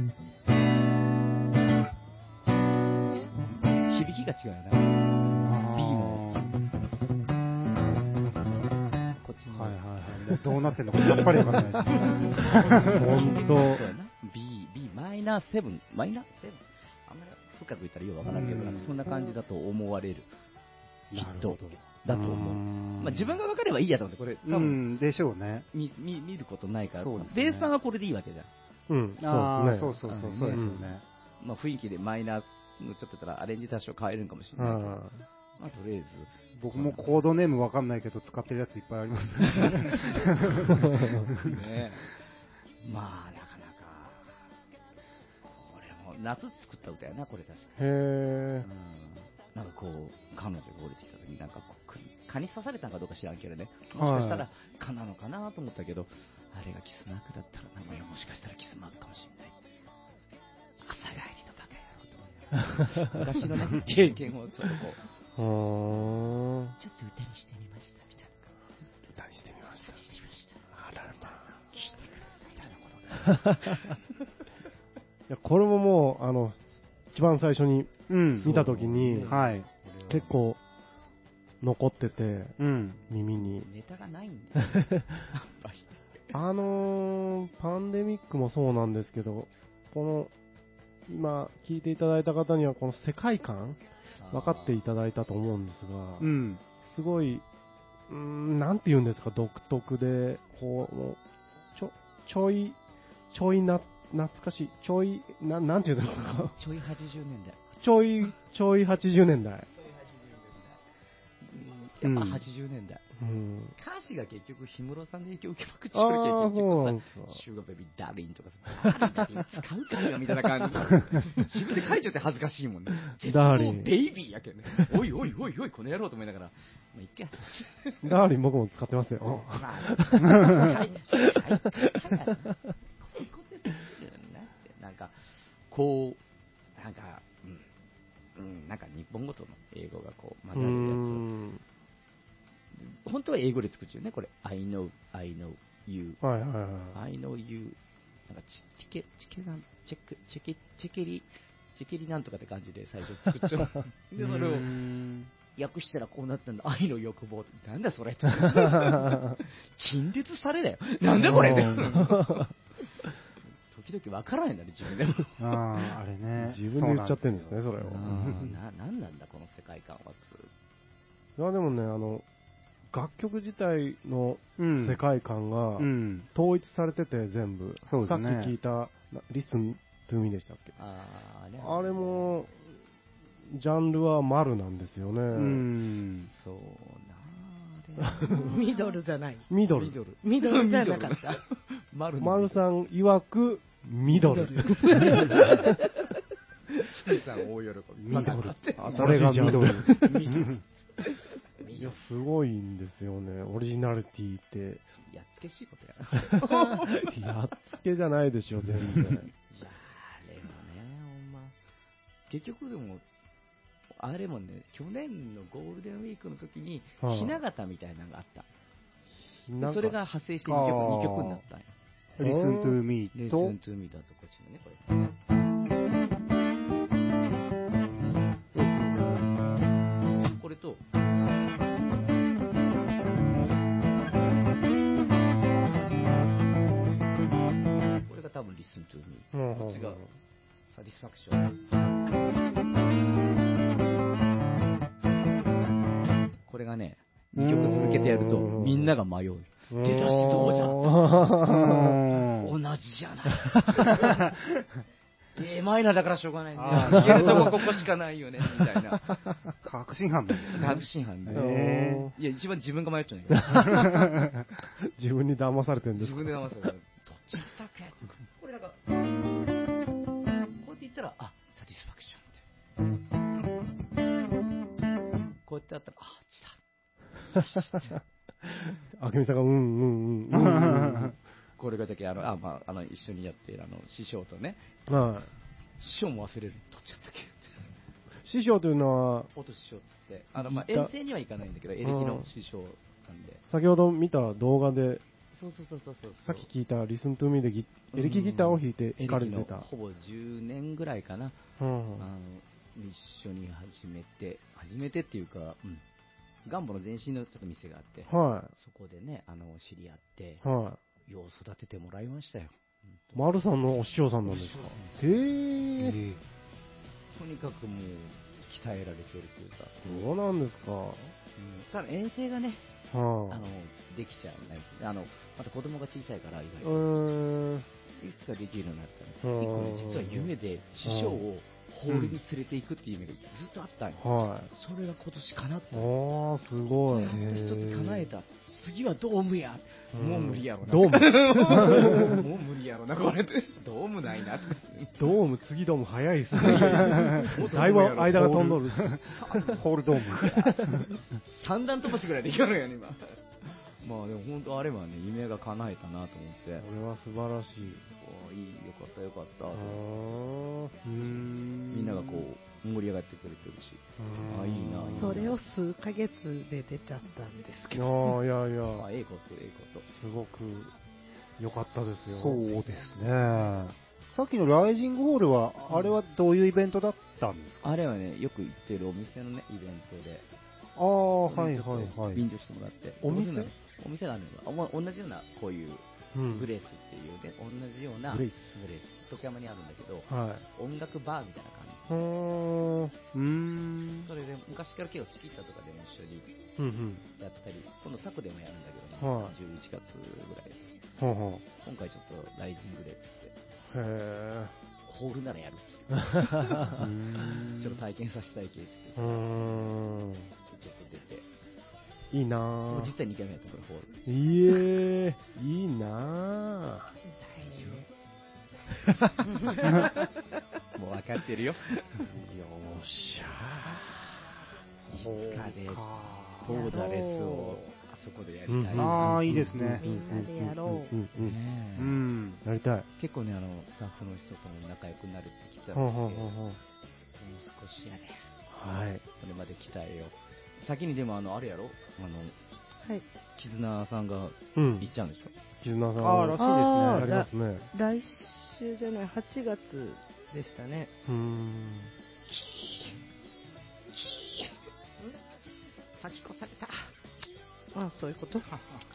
響きが違うよな。B の。こっちの。 はいはいはい。もうどうなってんのかやっぱりわかんないです。 本当。 そうやな。B、B マイナーセブン、マイナーセブンあんまり深く言ったらよくわからんけど、 うんなんかそんな感じだと思われる人なるほどだと思う。まあ、自分が分かればいいやと思って、これ、多う分、 ん、でしょうね。 見見見ることないから、 そうですねベースさんはこれでいいわけじゃん。 うん、 ああ、 そですね。 そううそうそう、そうですよね。 まあ、雰囲気でマイナーのちょっとたらアレンジ多少変えるんかもしれないけど、 あまあ、とりあえず、 僕もコードネームわかんないけど使ってるやついっぱいあります。 ね、まあ、なかなか、これも夏作った歌やな、これ確かーへに。うんなんかこう、彼女が降りてきた時に、なんかこう、蚊に蚊に刺されたんかどうか知らんけどね、もしかしたら蚊なのかなと思ったけど、あれがキスマークだったら、名前はもしかしたらキスマークかもしれない。朝帰りのバカ野郎と思いながら昔のね、経験をちょっとこう、 ー。うーん。 ちょっと歌にしてみましたみたいな。 歌にしてみました。 してみました。 あらまあ。 聞いてくださいみたいなことで。 いや、これももう、あの、一番最初にうん。 見たときに、 はい。 結構残ってて、 うん。 耳に。 ネタがないんだよ。やっぱり。 あのー、パンデミックもそうなんですけど、この、今聞いていただいた方にはこの世界観、分かっていただいたと思うんですが、 うん。 すごい、うーん、なんて言うんですか、独特で、こう、もうちょ、ちょい、ちょいな、懐かしい、ちょい、ななんて言うんですか、 ちょいはちじゅうねんだい。 ちょい、ちょいはちじゅうねんだい。 やっぱはちじゅうねんだい。 うん。 歌詞が結局、氷室さんで影響を受けまくっちあゃうけあ、 ど、 そうなん結局さ、 ですか。 シュガーベビーダーリンとかさ、ダーリン使うかよみたいな感じ。自分で書いちゃって恥ずかしいもんね。 ダーリンベイビーやけんね。おいおいおいおい、この野郎と思いながら、まあ、いっけや。 ダーリン僕も使ってますよ。 まあ、はい、はい、こういうことですよねなんか、こう、なんか、うん、うん、なんか日本語との英語がこう混ざうーるやん。 つを、本当は英語で作っちゃうね、これ。I know, I know you, はいはいはい。 I know you, なんかチチケ、チケなん、チェック、チェケ、チェケリ、チェケリなんとかって感じで最初作っちゃう。で、それを訳したらこうなったんだ、愛の欲望って、なんだそれって。陳列されだよ。なんだこれって。時々わからないんだね、自分でも。 ああ、あれね。 自分で言っちゃってるんですね、それを。 な、なんなんだ、この世界観は。 いや、でもね、あの、楽曲自体のうん。 世界観がうん。 統一されてて、全部。 そうですねさっき聞いた、リスントゥーミーでしたっけ？ あーあれあれも、ジャンルは丸なんですよね。 うん。 そうなあれミドルじゃない。 ミドル。 ミドル。 ミドルじゃなかった。 丸丸さん曰く、ミドル。 スさん大喜び。 ミドル。 これがミドル。 いや、すごいんですよね。オリジナリティって。 やっつけしいことやな。 やっつけじゃないでしょ、全然。 いやー、あれもね、ほんま。結局でも、あれもね、去年のゴールデンウィークの時に、 はあひな形みたいなのがあった。 なんかそれが派生してにきょく、 あーにきょくになったんや。 Listen to me と、 Listen to me だとこっちのね、これ。これと、これが多分 Listen to me。 うんこっちがサティスファクション。これがね、にきょく続けてやると、みんなが迷う。出だしどうじゃん。同じじゃない。ええマイナーだからしょうがないね。 あーいけるとこここしかないよね、みたいな。 確信犯なんですね。 確信犯で。 へいや、一番自分が迷っちゃうんだけど。 自分に騙されてるんです自か？ 分で騙されたら、どっち行ったっけこれだから、こうやって言ったら、あ、サティスファクションって。こうやってやったら、あ、あっちだ。 あけみさんがうんうんうんうんうんうん。 これがだけ、あの、あ、まあ、あの、一緒にやっている、あの、師匠とね、 はい。 師匠も忘れる。どっちだったっけって。 師匠というのは、 元師匠っつって、あの、まあ、 ギター遠征には行かないんだけど、エレキの師匠なんで。 先ほど見た動画で、 そうそうそうそうそう。 さっき聞いた Listen to Me でギエレキギターを弾いて弾かれてエレキた。 のほぼじゅうねんぐらいかな。 うんあの、一緒に始めて、始めてっていうか、うん。 ガンボの前身のちょっと店があって、 はそこでね、あの、知り合って、 い。はよう育ててもらいましたよ。 い。丸さんのお師匠さんなんですか？へえ。 とにかくもう、鍛えられてるというか、 そうなんですか。 うんただ遠征がね、あはの、できちゃうないあの、また子供が小さいから、意い。う外と。 ーん。 いつかできるようになったんです。 うん一個ね、実は夢で師匠をホールに連れて行くっていう夢がずっとあったんよ。 はい。 それが今年叶った。 おー、すごい。 やっと一つ叶えた。次はドームや。 うんもう無理やろな。 ドームもう無理やろな、これって。ドームないな。 ドーム、次ドーム早いっすね。 もっとだいぶ間が飛んどる。 ホールドーム。 三段飛ばしぐらいできるよね、今。まあでも本当あれはね、夢が叶えたなと思って。 これは素晴らしい。 おいい、よかったよかったとあ思って。 ーうーんみんながこう、盛り上がってくれてるし。 うんあ、いいな、いいな。 それを数ヶ月で出ちゃったんですけいど。 やいやいや、 あ、ええこと、ええこと。 すごく良かったですよ。 そうですね。さっきのライジングホールは、あれはどういうイベントだったんですか？ あれはね、よく行ってるお店のね、イベントで。 ああ、はいはいはい。 便乗してもらって。 お店お店があるのは、お同じような、こういう、 うんグレースっていうね、同じような、 グレーグレース。時山にあるんだけど、 はい。 音楽バーみたいな感うーん。 うーんじ。。それで、昔から結構チキッタとかでも一緒にうんうん。 やったり、今度タクでもやるんだけどね、 はいじゅういちがつぐらい。 ほうほ今回ちょっとライジングでっつって、 う。へホールならやるってえ。うーんちょっと体験させたいけどってうーん。 ちょっと出て、 いいなもうぁ。 実際にかいめやったこれホール。 いえ、いいなもう分かってるよ。 ぁ。よっしゃいつかでボーダレスをあそこでやりたい。 うんああ、いいですね。 みんなでやろう。 うんうん。 ねえうん。 やりたい。 結構ね、あの、スタッフの人とも仲良くなるって聞いたんですけど、 ほうほもううほうほう。 少しやで。 はい。 それまで期待よ。先にでも、あの、あれやろあの、 はい。 絆さんがうん行っ。ちゃうんでしょ、 絆さん。 ああ、らしいあーですね。 やりますね。 来週じゃない、はちがつでしたね。 うーん。 先越された。 あ、そういうこと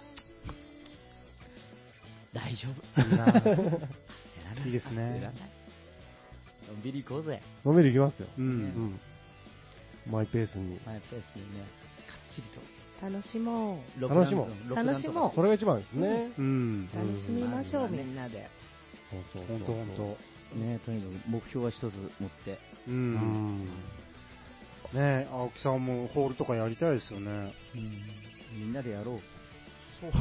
大丈夫。 いいな焦らないいいですね焦らないのんびり行こうぜ。 のんびり行きますよ。 う。 うんん。マイペースに。 マイペースにね、かっちりと。 楽しもう。 楽しもう六段とか楽しもうそれが一番ですね。 うん。 楽しみましょう、 うんみんなで。 そうそうそうほんとほんと。 ね、とにかく目標は一つ持って。 う。 うんん。 ねえ、青木さんもホールとかやりたいですよね。 みんなでやろう。 そう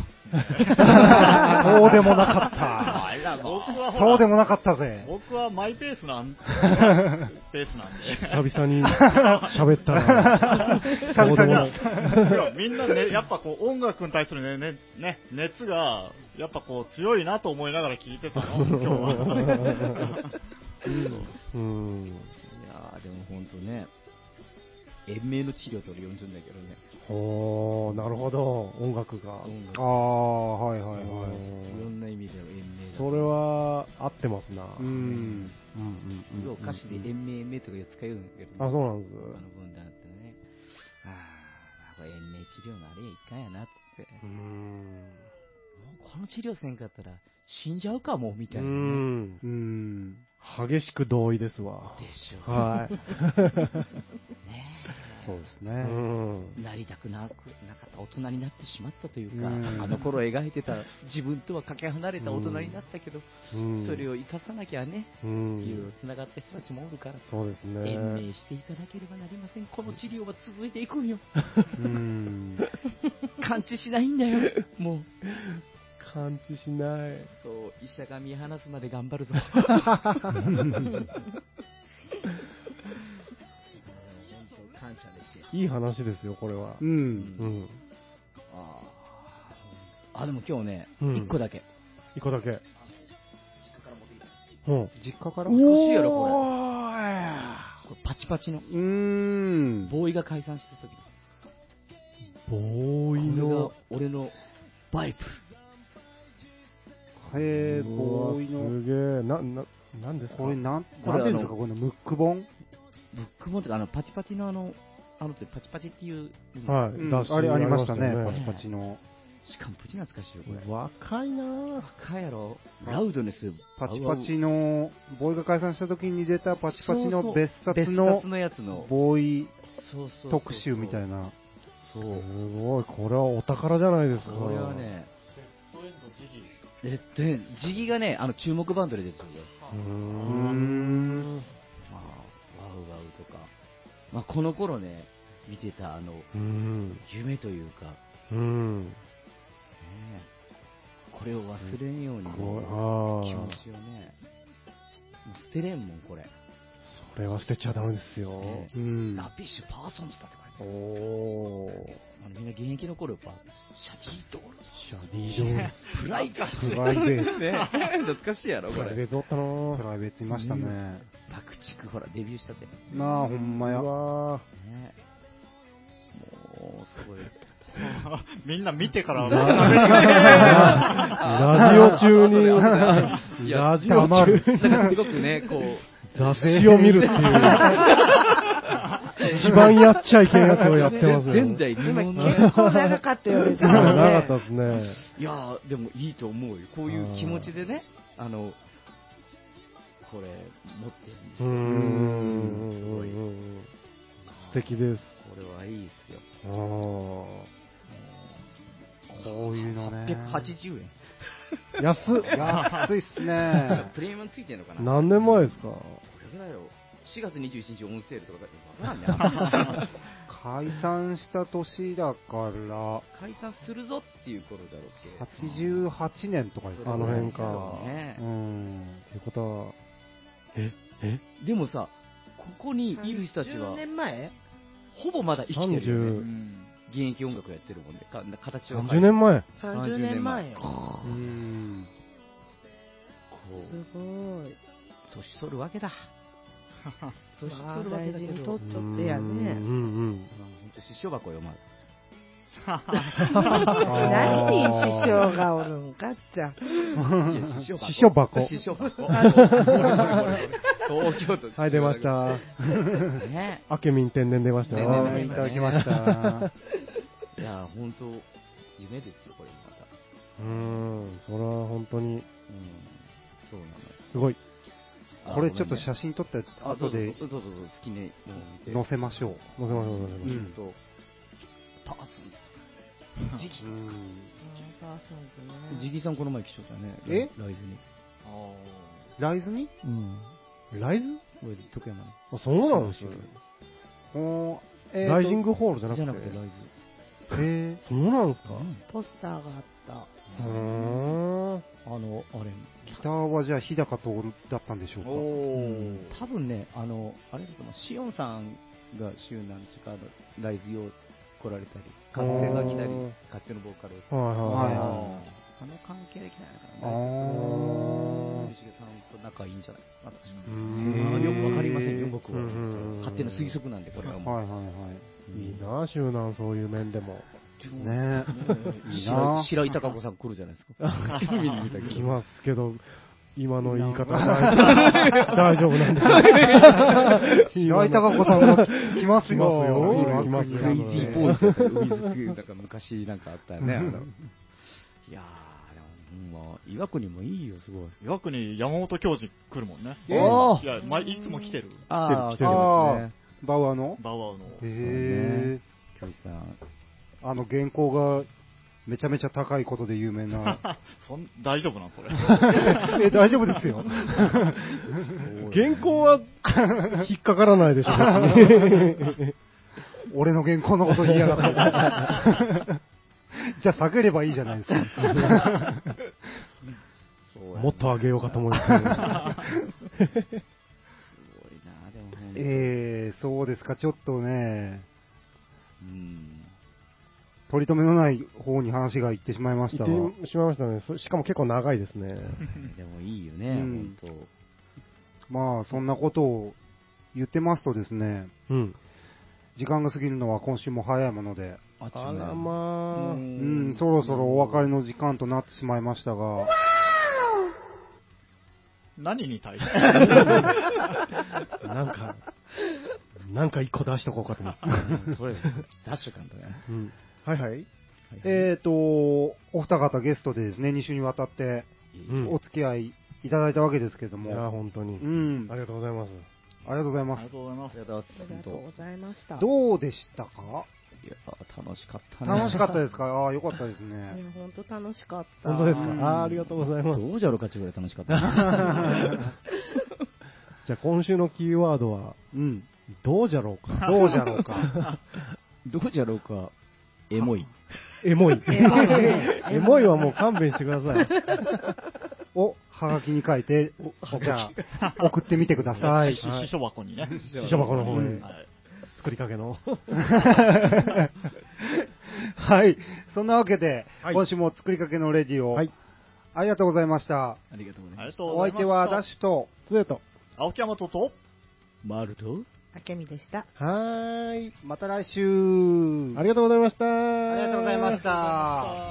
でもなかった。 あら、僕はほらそうでもなかったぜ。 僕はマイペースなん、ペースなんで。 久々に喋ったら、 久々にに。 いやみんなね、やっぱこう音楽に対するね、ね、ね熱が、やっぱこう強いなと思いながら聞いてたの、今日は。 うん。 いやー、でも本当ね、延命の治療と俺呼んじゃうんだけどね。 おー、なるほど。音楽が。 音楽ああ、はいはいはい。 いろんな意味での延命だ。 それは合ってますな。 うん。 うんうんうん。 要は歌詞で延命延命とか使うんだけどね。 あ、そうなんです。 あの分断ってね。ああ、これ延命治療のあれいかんやなって。 うーもん。 うこの治療せんかったら死んじゃうかも、みうたいなね。 ん。 うん。 激しく同意ですわ。 でしょ。 はい。 ねえ。 そうですね。 うん。 なりたくなくなかった大人になってしまったというか、 うんあの頃描いてた自分とはかけ離れた大人になったけど、 うんそれを生かさなきゃね、 ういろいろん。 つながった人たちもおるから、 そうですね。 延命していただければなりません。この治療は続いていくんよ。 うん。 完治しないんだよ。もう。 感知しない。 そう、医者が見放すまで頑張るぞ。感謝ですよ。 いい話ですよ、これはう。。 うんん。 あーあ、でも今日ね、 うん一個だけ。 一個だけ。うん。 実家から少しやろ、これ。 おこれパチパチの。 うーん。 ボーイが解散した時。 ーボーイこれのが、俺のバイブル。 へえ、 うわボーイの。 すげえ。な、な、なんですかこれなん、 これなんていうんですか、このムック本ブック本ってか、あの、パチパチのあの、 あの時パチパチっていう、 はい、 うん雑誌あれありましたね、 ありまパチパチの。 しかもプチ懐かしいよ、これ。 若いなぁ。 若いやろ。ラウドネス、 パチパチの、ボーイが解散した時に出たパチパチの別冊別の冊のやつの、 ボーイそうそうそうそう特集みたいな。 そう。 すごい、これはお宝じゃないですか。 これはね、えっとね、ジギがね、あの注目バンドで出てるよ。 うーうーん。 ん。 まあ、ワウワウとか、まあ、この頃ね、見てたあの、 うん。 夢というか、 うん。 ねえこれを忘れんように、 こう気持ああ。 ちをね、もう捨てれんもん、これ。 それは捨てちゃダメですよ。 ねうん。 ラビッシュパーソンズだって書いておー。 ある。あのみんな現役の頃やっぱ、シャジードールシャディードール。 プライベート。 プライベートね懐かしいやろ、これ。 プライベートだったなぁ。 プライベートいましたね。 爆竹、ほら、デビューしたって。ねなあ、ほんまや。 うわぁ。 もう、すごい。 みんな見てからラジオ中に、 いやラジオ中になんかすごくね、こう、 雑誌を見るっていう、一番やっちゃいけんやつをやってますよ。 前代未今聞の。 結構長かったよね、時間ね長かったですね。 いやー、でもいいと思うよ。こういう気持ちでね、あの、これ、持ってるんですよ。 うーん。素敵です。 これはいいっすよ。 あーこういうのね。 はっぴゃくはちじゅうえん。 安っ。 安いっすね。 プレミアムついてんのかな。 何年前ですか？ これぐらいよ。しがつにじゅういちにちオンセールとかわからんね。 解散した年だから、 解散するぞっていう頃だろうけ。 はちじゅうはちねんとかですあの辺かねう。ん。 っていうことは、ええでもさ、ここにいる人たちはじゅう、ねんまえほぼまだ生きてるよね。 さんじゅう現役音楽やってるもんね。か形はさんじゅうねんまえ。 さんじゅうねんまえよ。 うん。 こすう、 ごい。 年取るわけだ。年まあ取るわけ大事だけど。 にとっちょってやうんね。 うんうん。 ほんと、師匠箱よ、まだ。 何に師匠がおるんかっちゃ。 いや師匠師匠箱師匠箱。これこれこれこれ東京都。 はい、出まし。た。 ね。 あけみん天然出ました天よ。 然いただきました。 いや、ほんと、夢ですよ、これまた。 うーん、それは本当に、 うん。そうなのよ。 すごい。 あこれちょっと写ごめんね真撮って、 あ後でどうぞどうぞどうぞ好きね、もう見て。 載せましょう。 載せましょう、載せましょう。 うんと、パーソンズ。ジギ。 うん。 お母さんとね。 ジギさんこの前来ちゃったね。 えライズに。 ライズにうん。 ライズこれ徳山に。 あ、そうなんですよ。 ほーえーとライジングホールじゃなくて。 じゃなくてライズ。 へそうなんですかポスターがあった。 うーん。 あの、あれ、 ギターはじゃあ日高徹だったんでしょうか。 お多分ね、あの、あれだと思う、シオンさんが週何日かのライズ用来られたり、勝手が来たりおー、 勝手のボーカルを。 はいはいはいはい。 はその関係できないあのかな。 ー藤重さんと仲いいんじゃないかな、私うーんあよくわかりませんよ、僕はうんうんうん。 勝手な推測なんで、これはもう。 はいはいはい。 いいな、周南そういう面でも。 ねえ。いいな白井貴子さん来るじゃないですか。見に見たけど。 来ますけど、今の言い方大丈夫なんでしょうか白井貴子さんが来ますよ。 来ますよクレイジーボーイズだったよウィズクなんか昔なんかあったよね。あのいやー、でも、まあ、岩国もいいよ、すごい。 岩国山本教授来るもんね。 えあーいや、ま、いつも来てる。 あー、 来てるあ来てバウアーのバウアーの。 へえ。 教授さん。 あの原稿がめちゃめちゃ高いことで有名な。 そん大丈夫なんそれ。 え、大丈夫ですよ。 原稿は引っかからないでしょ、別に。 俺の原稿のこと言いやがって。じゃあ下げればいいじゃないですか。 もっと上げようかと思いますけど。 すごいな、でもほんとえー、そうですか、ちょっとね、 うん。 取り留めのない方に話が行ってしまいましたが。 言ってしまいましたね。そしかも結構長いですね。 でもいいよね、 うんほんと。 まあ、そんなことを言ってますとですね、 うん。 時間が過ぎるのは今週も早いもので、 あっちねあらまあ。 うん、そろそろお別れの時間となってしまいましたが、 何に対してなんか、 なんか一個出しとこうかと思って。 うんそれ、ダッシュかんとね。 うん。はいはい。 えーと、お二方ゲストでですね、に週にわたってうんお付き合いいただいたわけですけどいや、 も、 本当に。 うん、 ありがとうございます。 ありがとうございますありが。とうございます。 ありがとうございます。 ありがとうございました。 どうでしたか？ いやー、楽しかったね。 楽しかったですか？ああ、よかったですいね。 や、本当楽しかった。 本当ですか、 うんあーありがとうございます。 どうじゃろうかっていうぐらい楽しかったね。 じゃあ今週のキーワードは、 うん。 どうじゃろうか。 どうじゃろうか。 どうじゃろうか、エモい。 エモい。 エモいエモいはもう勘弁してください。 を、はがきに書いて、じゃあ、送ってみてください。 しし書箱にね。 師匠箱の方へ、 うんはい。 作りかけの。 はい。そんなわけで、 はい今週も作りかけのレディオ、 はい。 ありがとうございました。 ありがとうございます。 ありがとうおございました。 相手はダッシュと、 スレート。 青木山とと、 マルトあけみでした。 はーい。 また来週。 ありがとうございました。 ありがとうございました。